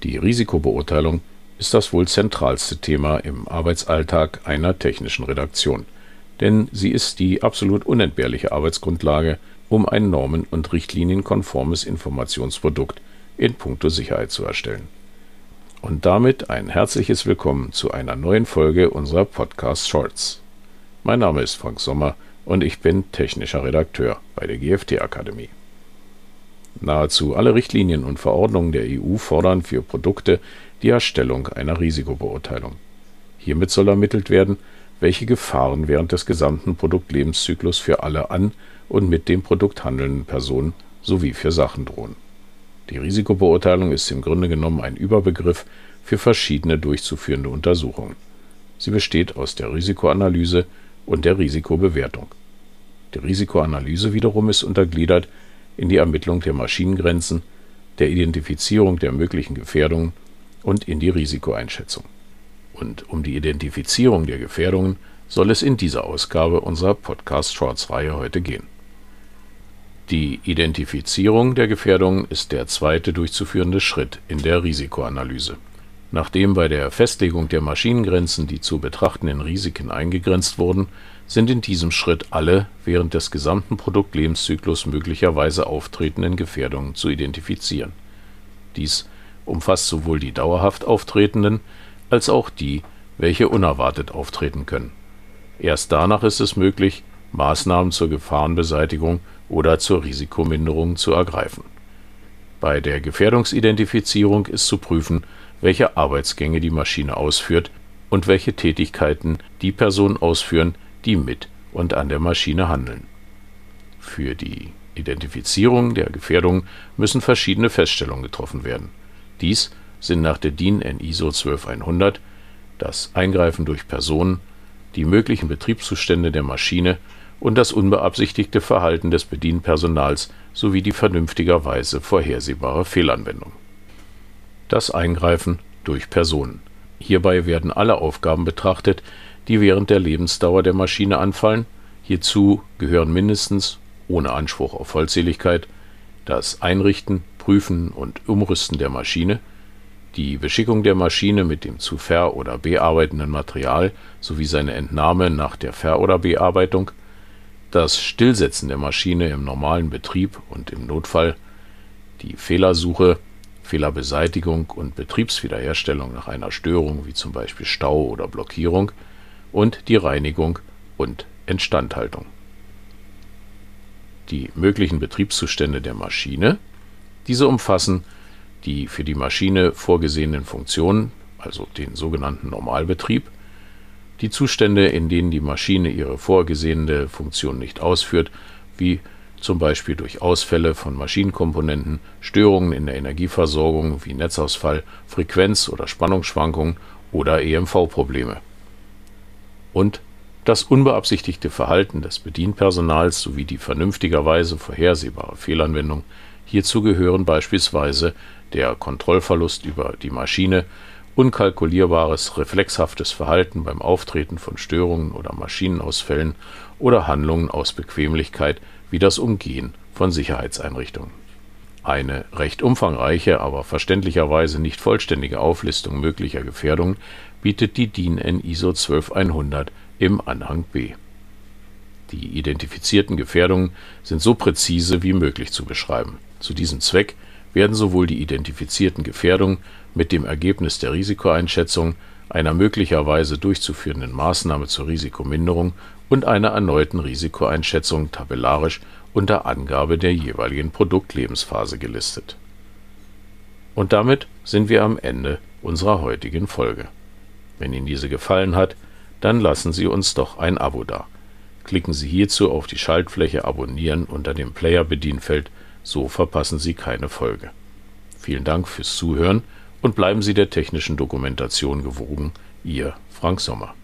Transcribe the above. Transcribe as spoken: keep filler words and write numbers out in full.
Die Risikobeurteilung ist das wohl zentralste Thema im Arbeitsalltag einer technischen Redaktion, denn sie ist die absolut unentbehrliche Arbeitsgrundlage, um ein normen- und richtlinienkonformes Informationsprodukt in puncto Sicherheit zu erstellen. Und damit ein herzliches Willkommen zu einer neuen Folge unserer Podcast Shorts. Mein Name ist Frank Sommer und ich bin technischer Redakteur bei der G F T-Akademie. Nahezu alle Richtlinien und Verordnungen der E U fordern für Produkte die Erstellung einer Risikobeurteilung. Hiermit soll ermittelt werden, welche Gefahren während des gesamten Produktlebenszyklus für alle an und mit dem Produkt handelnden Personen sowie für Sachen drohen. Die Risikobeurteilung ist im Grunde genommen ein Überbegriff für verschiedene durchzuführende Untersuchungen. Sie besteht aus der Risikoanalyse und der Risikobewertung. Die Risikoanalyse wiederum ist untergliedert in die Ermittlung der Maschinengrenzen, der Identifizierung der möglichen Gefährdungen und in die Risikoeinschätzung. Und um die Identifizierung der Gefährdungen soll es in dieser Ausgabe unserer Podcast-Shorts-Reihe heute gehen. Die Identifizierung der Gefährdungen ist der zweite durchzuführende Schritt in der Risikoanalyse. Nachdem bei der Festlegung der Maschinengrenzen die zu betrachtenden Risiken eingegrenzt wurden, sind in diesem Schritt alle während des gesamten Produktlebenszyklus möglicherweise auftretenden Gefährdungen zu identifizieren. Dies umfasst sowohl die dauerhaft auftretenden als auch die, welche unerwartet auftreten können. Erst danach ist es möglich, Maßnahmen zur Gefahrenbeseitigung oder zur Risikominderung zu ergreifen. Bei der Gefährdungsidentifizierung ist zu prüfen, welche Arbeitsgänge die Maschine ausführt und welche Tätigkeiten die Personen ausführen, die mit und an der Maschine handeln. Für die Identifizierung der Gefährdung müssen verschiedene Feststellungen getroffen werden. Dies sind nach der D I N-E N I S O zwölfhundert das Eingreifen durch Personen, die möglichen Betriebszustände der Maschine und das unbeabsichtigte Verhalten des Bedienpersonals sowie die vernünftigerweise vorhersehbare Fehlanwendung. Das Eingreifen durch Personen. Hierbei werden alle Aufgaben betrachtet, die während der Lebensdauer der Maschine anfallen. Hierzu gehören mindestens, ohne Anspruch auf Vollzähligkeit, das Einrichten, Prüfen und Umrüsten der Maschine, die Beschickung der Maschine mit dem zu ver- oder bearbeitenden Material sowie seine Entnahme nach der Ver- oder Bearbeitung, das Stillsetzen der Maschine im normalen Betrieb und im Notfall, die Fehlersuche, Fehlerbeseitigung und Betriebswiederherstellung nach einer Störung wie zum Beispiel Stau oder Blockierung und die Reinigung und Instandhaltung. Die möglichen Betriebszustände der Maschine. Diese umfassen die für die Maschine vorgesehenen Funktionen, also den sogenannten Normalbetrieb, die Zustände, in denen die Maschine ihre vorgesehene Funktion nicht ausführt, wie zum Beispiel durch Ausfälle von Maschinenkomponenten, Störungen in der Energieversorgung wie Netzausfall, Frequenz- oder Spannungsschwankungen oder E M V-Probleme. Und das unbeabsichtigte Verhalten des Bedienpersonals sowie die vernünftigerweise vorhersehbare Fehlanwendung. Hierzu gehören beispielsweise der Kontrollverlust über die Maschine, unkalkulierbares, reflexhaftes Verhalten beim Auftreten von Störungen oder Maschinenausfällen oder Handlungen aus Bequemlichkeit wie das Umgehen von Sicherheitseinrichtungen. Eine recht umfangreiche, aber verständlicherweise nicht vollständige Auflistung möglicher Gefährdungen bietet die D I N-E N I S O zwölfhundert im Anhang B. Die identifizierten Gefährdungen sind so präzise wie möglich zu beschreiben. Zu diesem Zweck werden sowohl die identifizierten Gefährdungen mit dem Ergebnis der Risikoeinschätzung, einer möglicherweise durchzuführenden Maßnahme zur Risikominderung und einer erneuten Risikoeinschätzung tabellarisch unter Angabe der jeweiligen Produktlebensphase gelistet. Und damit sind wir am Ende unserer heutigen Folge. Wenn Ihnen diese gefallen hat, dann lassen Sie uns doch ein Abo da. Klicken Sie hierzu auf die Schaltfläche Abonnieren unter dem Player-Bedienfeld, so verpassen Sie keine Folge. Vielen Dank fürs Zuhören und bleiben Sie der technischen Dokumentation gewogen. Ihr Frank Sommer.